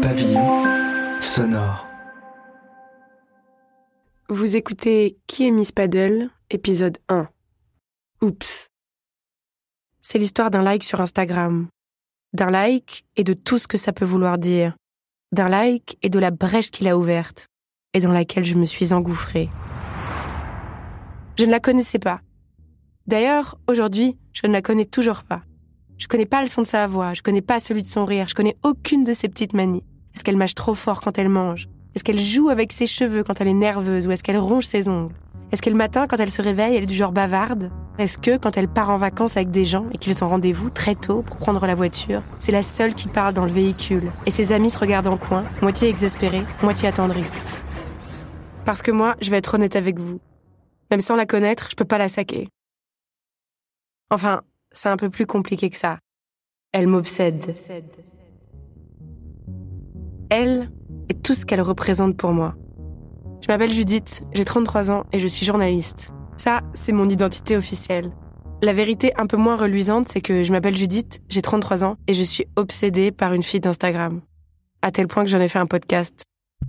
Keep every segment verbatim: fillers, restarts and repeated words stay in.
Pavillon sonore. Vous écoutez Qui est Miss Paddle, épisode un. Oups. C'est l'histoire d'un like sur Instagram. D'un like et de tout ce que ça peut vouloir dire. D'un like et de la brèche qu'il a ouverte et dans laquelle je me suis engouffrée. Je ne la connaissais pas. D'ailleurs, aujourd'hui, je ne la connais toujours pas. Je connais pas le son de sa voix, je connais pas celui de son rire, je connais aucune de ses petites manies. Est-ce qu'elle mâche trop fort quand elle mange ? Est-ce qu'elle joue avec ses cheveux quand elle est nerveuse ou est-ce qu'elle ronge ses ongles ? Est-ce que le matin, quand elle se réveille, elle est du genre bavarde ? Est-ce que, quand elle part en vacances avec des gens et qu'ils ont rendez-vous très tôt pour prendre la voiture, c'est la seule qui parle dans le véhicule et ses amis se regardent en coin, moitié exaspérés, moitié attendris ? Parce que moi, je vais être honnête avec vous. Même sans la connaître, je peux pas la saquer. Enfin, c'est un peu plus compliqué que ça. Elle m'obsède. Elle est tout ce qu'elle représente pour moi. Je m'appelle Judith, j'ai trente-trois ans et je suis journaliste. Ça, c'est mon identité officielle. La vérité un peu moins reluisante, c'est que je m'appelle Judith, j'ai trente-trois ans et je suis obsédée par une fille d'Instagram. À tel point que j'en ai fait un podcast.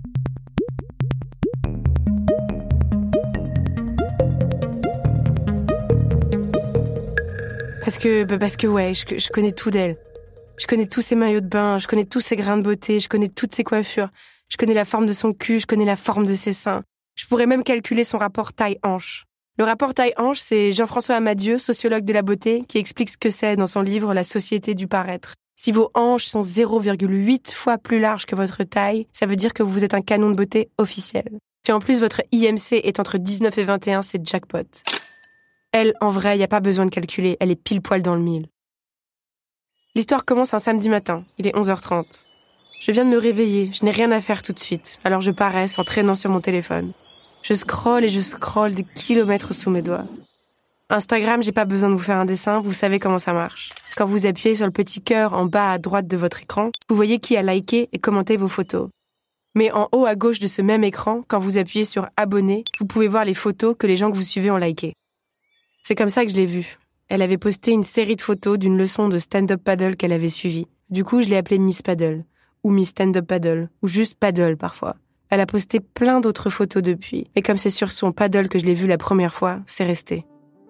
Parce que, bah parce que ouais, je, je connais tout d'elle. Je connais tous ses maillots de bain, je connais tous ses grains de beauté, je connais toutes ses coiffures. Je connais la forme de son cul, je connais la forme de ses seins. Je pourrais même calculer son rapport taille-hanche. Le rapport taille-hanche, c'est Jean-François Amadieu, sociologue de la beauté, qui explique ce que c'est dans son livre « La société du paraître ». Si vos hanches sont zéro virgule huit fois plus larges que votre taille, ça veut dire que vous êtes un canon de beauté officiel. Si en plus votre I M C est entre dix-neuf et vingt et un, c'est jackpot. Elle, en vrai, y a pas besoin de calculer, elle est pile poil dans le mille. L'histoire commence un samedi matin, il est onze heures trente. Je viens de me réveiller, je n'ai rien à faire tout de suite, alors je paresse en traînant sur mon téléphone. Je scrolle et je scrolle des kilomètres sous mes doigts. Instagram, j'ai pas besoin de vous faire un dessin, vous savez comment ça marche. Quand vous appuyez sur le petit cœur en bas à droite de votre écran, vous voyez qui a liké et commenté vos photos. Mais en haut à gauche de ce même écran, quand vous appuyez sur abonner, vous pouvez voir les photos que les gens que vous suivez ont likées. C'est comme ça que je l'ai vue. Elle avait posté une série de photos d'une leçon de stand-up paddle qu'elle avait suivie. Du coup, je l'ai appelée Miss Paddle, ou Miss Stand-up Paddle, ou juste Paddle parfois. Elle a posté plein d'autres photos depuis, et comme c'est sur son paddle que je l'ai vue la première fois, c'est resté.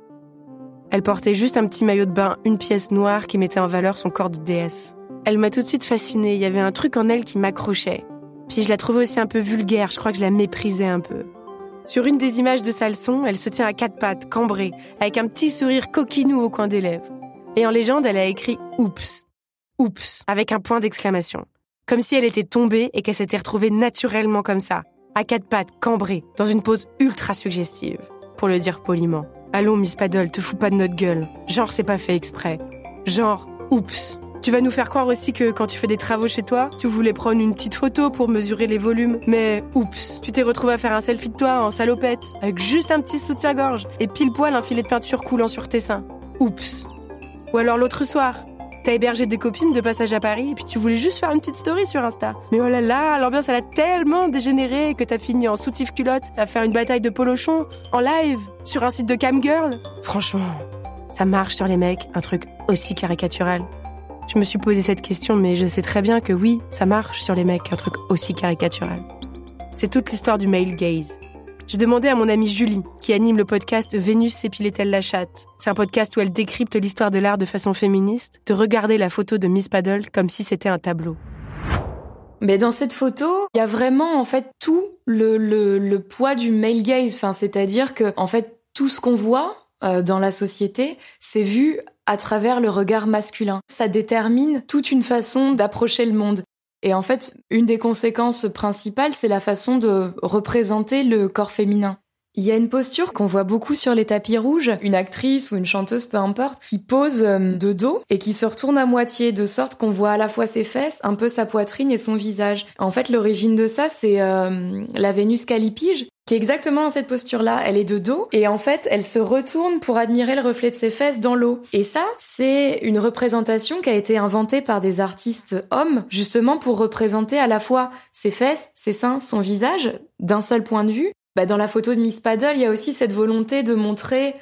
Elle portait juste un petit maillot de bain, une pièce noire qui mettait en valeur son corps de déesse. Elle m'a tout de suite fascinée, il y avait un truc en elle qui m'accrochait. Puis je la trouvais aussi un peu vulgaire, je crois que je la méprisais un peu. Sur une des images de sa leçon, elle se tient à quatre pattes, cambrée, avec un petit sourire coquinou au coin des lèvres. Et en légende, elle a écrit « Oups ». Oups, avec un point d'exclamation. Comme si elle était tombée et qu'elle s'était retrouvée naturellement comme ça, à quatre pattes, cambrée, dans une pose ultra suggestive, pour le dire poliment. Allons, Miss Paddle, te fous pas de notre gueule. Genre, c'est pas fait exprès. Genre, oups. Tu vas nous faire croire aussi que quand tu fais des travaux chez toi, tu voulais prendre une petite photo pour mesurer les volumes, mais oups, tu t'es retrouvé à faire un selfie de toi en salopette, avec juste un petit soutien-gorge, et pile poil un filet de peinture coulant sur tes seins. Oups. Ou alors l'autre soir, t'as hébergé des copines de passage à Paris et puis tu voulais juste faire une petite story sur Insta. Mais oh là là, l'ambiance elle a tellement dégénéré que t'as fini en soutif culotte à faire une bataille de polochon en live sur un site de camgirl. Franchement, ça marche sur les mecs, un truc aussi caricatural. Je me suis posé cette question, mais je sais très bien que oui, ça marche sur les mecs, un truc aussi caricatural. C'est toute l'histoire du male gaze. J'ai demandé à mon amie Julie, qui anime le podcast « Vénus s'épilait-elle la chatte ?» C'est un podcast où elle décrypte l'histoire de l'art de façon féministe, de regarder la photo de Miss Paddle comme si c'était un tableau. Mais dans cette photo, il y a vraiment en fait tout le, le, le poids du male gaze. Enfin, c'est-à-dire que en fait tout ce qu'on voit euh, dans la société, c'est vu à travers le regard masculin. Ça détermine toute une façon d'approcher le monde. Et en fait, une des conséquences principales, c'est la façon de représenter le corps féminin. Il y a une posture qu'on voit beaucoup sur les tapis rouges, une actrice ou une chanteuse, peu importe, qui pose de dos et qui se retourne à moitié, de sorte qu'on voit à la fois ses fesses, un peu sa poitrine et son visage. En fait, l'origine de ça, c'est euh, la Vénus callipyge, qui est exactement dans cette posture-là. Elle est de dos et en fait, elle se retourne pour admirer le reflet de ses fesses dans l'eau. Et ça, c'est une représentation qui a été inventée par des artistes hommes, justement pour représenter à la fois ses fesses, ses seins, son visage, d'un seul point de vue. Bah, dans la photo de Miss Paddle, il y a aussi cette volonté de montrer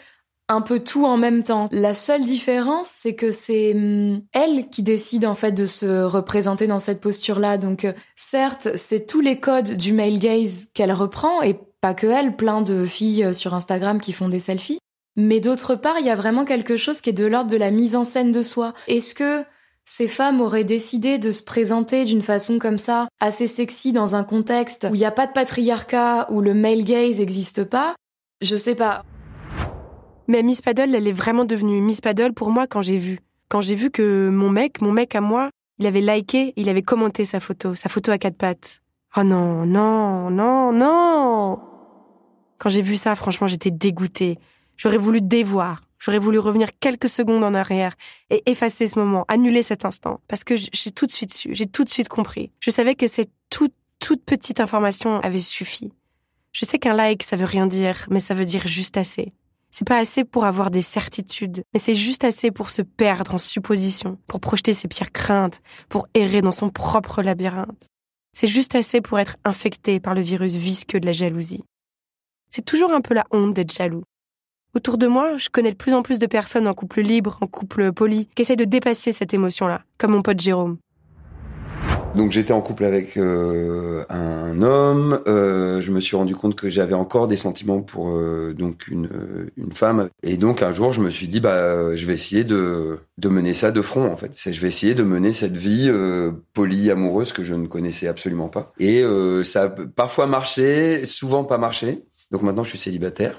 un peu tout en même temps. La seule différence, c'est que c'est hum, elle qui décide en fait de se représenter dans cette posture-là. Donc euh, certes, c'est tous les codes du male gaze qu'elle reprend, et pas que elle, plein de filles sur Instagram qui font des selfies. Mais d'autre part, il y a vraiment quelque chose qui est de l'ordre de la mise en scène de soi. Est-ce que ces femmes auraient décidé de se présenter d'une façon comme ça, assez sexy dans un contexte où il n'y a pas de patriarcat, où le male gaze n'existe pas? Je sais pas. Mais Miss Paddle, elle est vraiment devenue Miss Paddle pour moi quand j'ai vu. Quand j'ai vu que mon mec, mon mec à moi, il avait liké, il avait commenté sa photo, sa photo à quatre pattes. Oh non, non, non, non! Quand j'ai vu ça, franchement, j'étais dégoûtée. J'aurais voulu dévoir. J'aurais voulu revenir quelques secondes en arrière et effacer ce moment, annuler cet instant. Parce que j'ai tout de suite su, j'ai tout de suite compris. Je savais que cette toute, toute petite information avait suffi. Je sais qu'un like, ça veut rien dire, mais ça veut dire juste assez. C'est pas assez pour avoir des certitudes, mais c'est juste assez pour se perdre en suppositions, pour projeter ses pires craintes, pour errer dans son propre labyrinthe. C'est juste assez pour être infecté par le virus visqueux de la jalousie. C'est toujours un peu la honte d'être jaloux. Autour de moi, je connais de plus en plus de personnes en couple libre, en couple poli, qui essayent de dépasser cette émotion-là, comme mon pote Jérôme. Donc j'étais en couple avec euh, un homme. Euh, je me suis rendu compte que j'avais encore des sentiments pour euh, donc une euh, une femme. Et donc un jour, je me suis dit bah je vais essayer de de mener ça de front en fait. C'est, je vais essayer de mener cette vie euh, polyamoureuse que je ne connaissais absolument pas. Et euh, ça a parfois marché, souvent pas marché. Donc maintenant, je suis célibataire.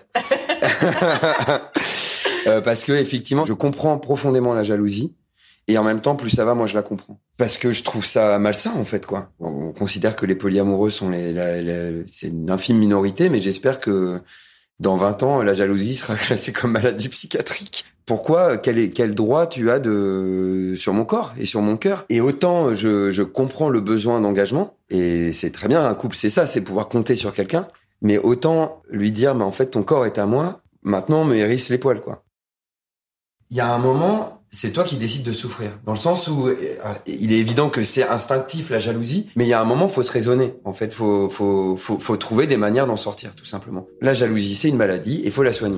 euh, parce que effectivement, je comprends profondément la jalousie. Et en même temps, plus ça va, moi je la comprends. Parce que je trouve ça malsain en fait, quoi. On considère que les polyamoureux sont les, la, la, c'est une infime minorité, mais j'espère que dans vingt ans, la jalousie sera classée comme maladie psychiatrique. Pourquoi? Quel, est, quel droit tu as de sur mon corps et sur mon cœur? Et autant je, je comprends le besoin d'engagement, et c'est très bien, un couple c'est ça, c'est pouvoir compter sur quelqu'un, mais autant lui dire, mais en fait ton corps est à moi, maintenant me hérisse les poils, quoi. Il y a un moment, c'est toi qui décides de souffrir. Dans le sens où, euh, il est évident que c'est instinctif, la jalousie, mais il y a un moment, faut se raisonner. En fait, faut, faut, faut, faut trouver des manières d'en sortir, tout simplement. La jalousie, c'est une maladie, et faut la soigner.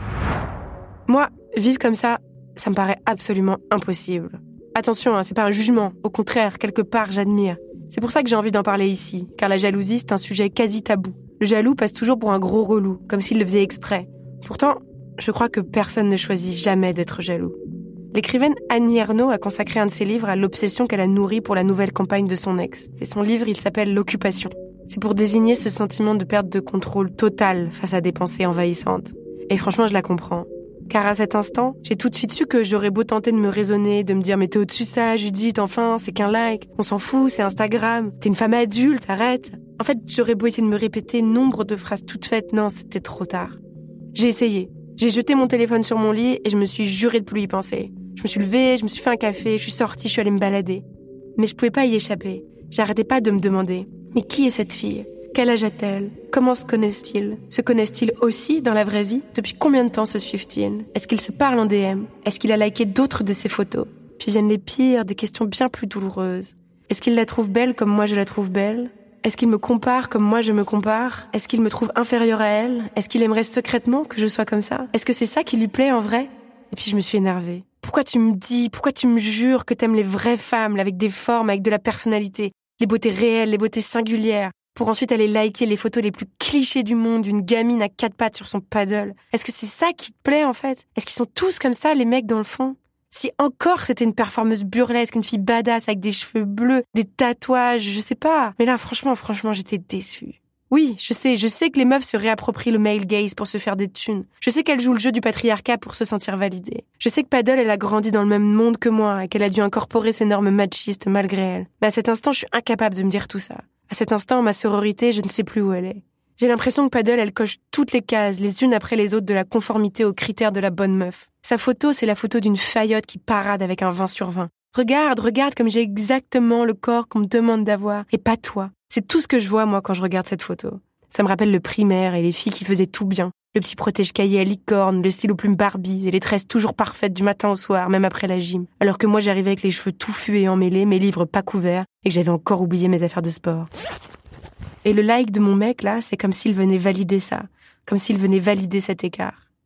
Moi, vivre comme ça, ça me paraît absolument impossible. Attention, hein, c'est pas un jugement. Au contraire, quelque part, j'admire. C'est pour ça que j'ai envie d'en parler ici, car la jalousie, c'est un sujet quasi tabou. Le jaloux passe toujours pour un gros relou, comme s'il le faisait exprès. Pourtant, je crois que personne ne choisit jamais d'être jaloux. L'écrivaine Annie Ernaux a consacré un de ses livres à l'obsession qu'elle a nourrie pour la nouvelle compagne de son ex. Et son livre, il s'appelle L'Occupation. C'est pour désigner ce sentiment de perte de contrôle total face à des pensées envahissantes. Et franchement, je la comprends. Car à cet instant, j'ai tout de suite su que j'aurais beau tenter de me raisonner, de me dire « Mais t'es au-dessus de ça, Judith, enfin, c'est qu'un like. On s'en fout, c'est Instagram. T'es une femme adulte, arrête. » En fait, j'aurais beau essayer de me répéter nombre de phrases toutes faites. Non, c'était trop tard. J'ai essayé. J'ai jeté mon téléphone sur mon lit et je me suis juré de plus y penser. Je me suis levée, je me suis fait un café, je suis sortie, je suis allée me balader. Mais je pouvais pas y échapper. J'arrêtais pas de me demander « Mais qui est cette fille ? Quel âge a-t-elle ? Comment se connaissent-ils ? Se connaissent-ils aussi dans la vraie vie ? Depuis combien de temps se suivent-ils ? Est-ce qu'ils se parlent en D M ? Est-ce qu'il a liké d'autres de ses photos ? Puis viennent les pires, des questions bien plus douloureuses. Est-ce qu'il la trouve belle comme moi je la trouve belle ? Est-ce qu'il me compare comme moi je me compare ? Est-ce qu'il me trouve inférieure à elle ? Est-ce qu'il aimerait secrètement que je sois comme ça ? Est-ce que c'est ça qui lui plaît en vrai ? Et puis je me suis énervée. Pourquoi tu me dis, pourquoi tu me jures que t'aimes les vraies femmes, avec des formes, avec de la personnalité, les beautés réelles, les beautés singulières, pour ensuite aller liker les photos les plus clichés du monde d'une gamine à quatre pattes sur son paddle ? Est-ce que c'est ça qui te plaît en fait ? Est-ce qu'ils sont tous comme ça, les mecs dans le fond ? Si encore c'était une performeuse burlesque, une fille badass avec des cheveux bleus, des tatouages, je sais pas. Mais là, franchement, franchement, j'étais déçue. Oui, je sais, je sais que les meufs se réapproprient le male gaze pour se faire des thunes. Je sais qu'elles jouent le jeu du patriarcat pour se sentir validées. Je sais que Paddle, elle a grandi dans le même monde que moi et qu'elle a dû incorporer ces normes machistes malgré elle. Mais à cet instant, je suis incapable de me dire tout ça. À cet instant, ma sororité, je ne sais plus où elle est. J'ai l'impression que Paddle, elle coche toutes les cases, les unes après les autres, de la conformité aux critères de la bonne meuf. Sa photo, c'est la photo d'une faillotte qui parade avec un vingt sur vingt. Regarde, regarde comme j'ai exactement le corps qu'on me demande d'avoir, et pas toi. C'est tout ce que je vois, moi, quand je regarde cette photo. Ça me rappelle le primaire et les filles qui faisaient tout bien. Le petit protège-cahier à licorne, le stylo plume Barbie et les tresses toujours parfaites du matin au soir, même après la gym. Alors que moi, j'arrivais avec les cheveux touffus et emmêlés, mes livres pas couverts, et que j'avais encore oublié mes affaires de sport. Et le like de mon mec, là, c'est comme s'il venait valider ça. Comme s'il venait valider cet écart.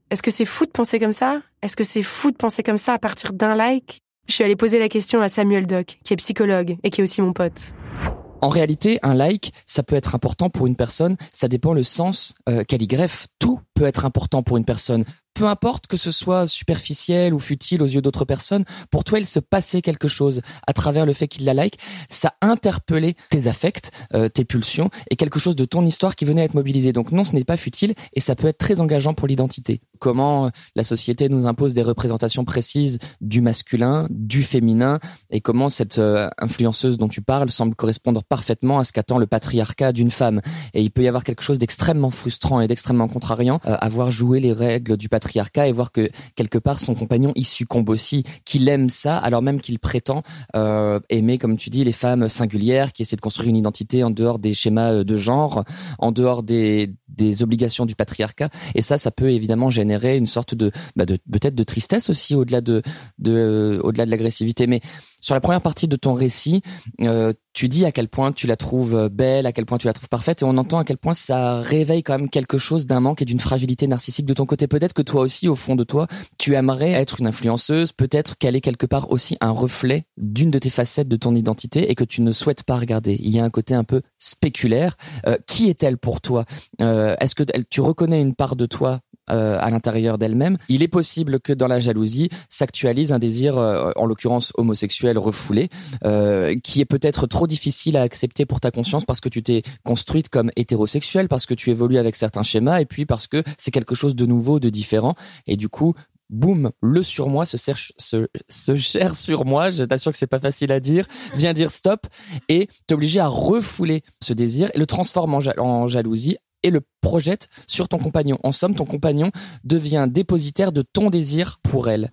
Est-ce que c'est fou de penser comme ça ? Est-ce que c'est fou de penser comme ça à partir d'un like ? Je suis allée poser la question à Samuel Doc, qui est psychologue et qui est aussi mon pote. En réalité, un like, ça peut être important pour une personne, ça dépend le sens euh, qu'elle y greffe. Tout peut être important pour une personne. Peu importe que ce soit superficiel ou futile aux yeux d'autres personnes, pour toi, il se passait quelque chose à travers le fait qu'il la like. Ça interpellait tes affects, euh, tes pulsions et quelque chose de ton histoire qui venait à être mobilisé. Donc non, ce n'est pas futile et ça peut être très engageant pour l'identité. Comment la société nous impose des représentations précises du masculin, du féminin et comment cette euh, influenceuse dont tu parles semble correspondre parfaitement à ce qu'attend le patriarcat d'une femme. Et il peut y avoir quelque chose d'extrêmement frustrant et d'extrêmement contrariant euh, à voir jouer les règles du patriarcat et voir que quelque part son compagnon y succombe aussi, qu'il aime ça alors même qu'il prétend euh, aimer, comme tu dis, les femmes singulières qui essaient de construire une identité en dehors des schémas de genre, en dehors des, des obligations du patriarcat. Et ça, ça peut évidemment générer une sorte de, bah de peut-être de tristesse aussi au-delà de, de euh, au-delà de l'agressivité. Mais sur la première partie de ton récit, euh, tu dis à quel point tu la trouves belle, à quel point tu la trouves parfaite, et on entend à quel point ça réveille quand même quelque chose d'un manque et d'une fragilité narcissique de ton côté. Peut-être que toi aussi, au fond de toi, tu aimerais être une influenceuse, peut-être qu'elle est quelque part aussi un reflet d'une de tes facettes de ton identité et que tu ne souhaites pas regarder. Il y a un côté un peu spéculaire. Euh, qui est-elle pour toi ? euh, Est-ce que tu reconnais une part de toi Euh, à l'intérieur d'elle-même? Il est possible que dans la jalousie s'actualise un désir, euh, en l'occurrence homosexuel refoulé, euh, qui est peut-être trop difficile à accepter pour ta conscience parce que tu t'es construite comme hétérosexuelle, parce que tu évolues avec certains schémas et puis parce que c'est quelque chose de nouveau, de différent. Et du coup, boum, le surmoi se, cherche, se, se cherche sur moi, je t'assure que c'est pas facile à dire, vient dire stop et t'obliger à refouler ce désir et le transforme en, ja- en jalousie et le projette sur ton compagnon. En somme, ton compagnon devient dépositaire de ton désir pour elle.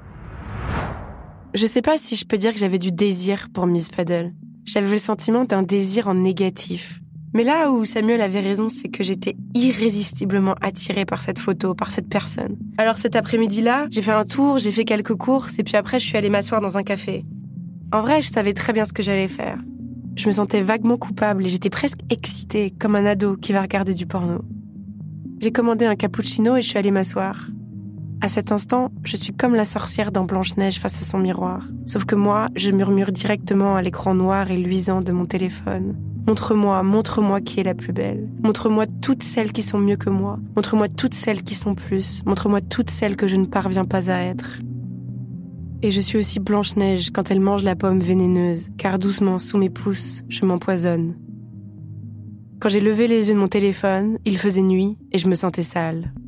Je sais pas si je peux dire que j'avais du désir pour Miss Paddle. J'avais le sentiment d'un désir en négatif. Mais là où Samuel avait raison, c'est que j'étais irrésistiblement attirée par cette photo, par cette personne. Alors cet après-midi-là, j'ai fait un tour, j'ai fait quelques courses et puis après je suis allée m'asseoir dans un café. En vrai, je savais très bien ce que j'allais faire. Je me sentais vaguement coupable et j'étais presque excitée, comme un ado qui va regarder du porno. J'ai commandé un cappuccino et je suis allée m'asseoir. À cet instant, je suis comme la sorcière dans Blanche-Neige face à son miroir. Sauf que moi, je murmure directement à l'écran noir et luisant de mon téléphone. Montre-moi, montre-moi qui est la plus belle. Montre-moi toutes celles qui sont mieux que moi. Montre-moi toutes celles qui sont plus. Montre-moi toutes celles que je ne parviens pas à être. Et je suis aussi Blanche-Neige quand elle mange la pomme vénéneuse, car doucement, sous mes pouces, je m'empoisonne. Quand j'ai levé les yeux de mon téléphone, il faisait nuit et je me sentais sale.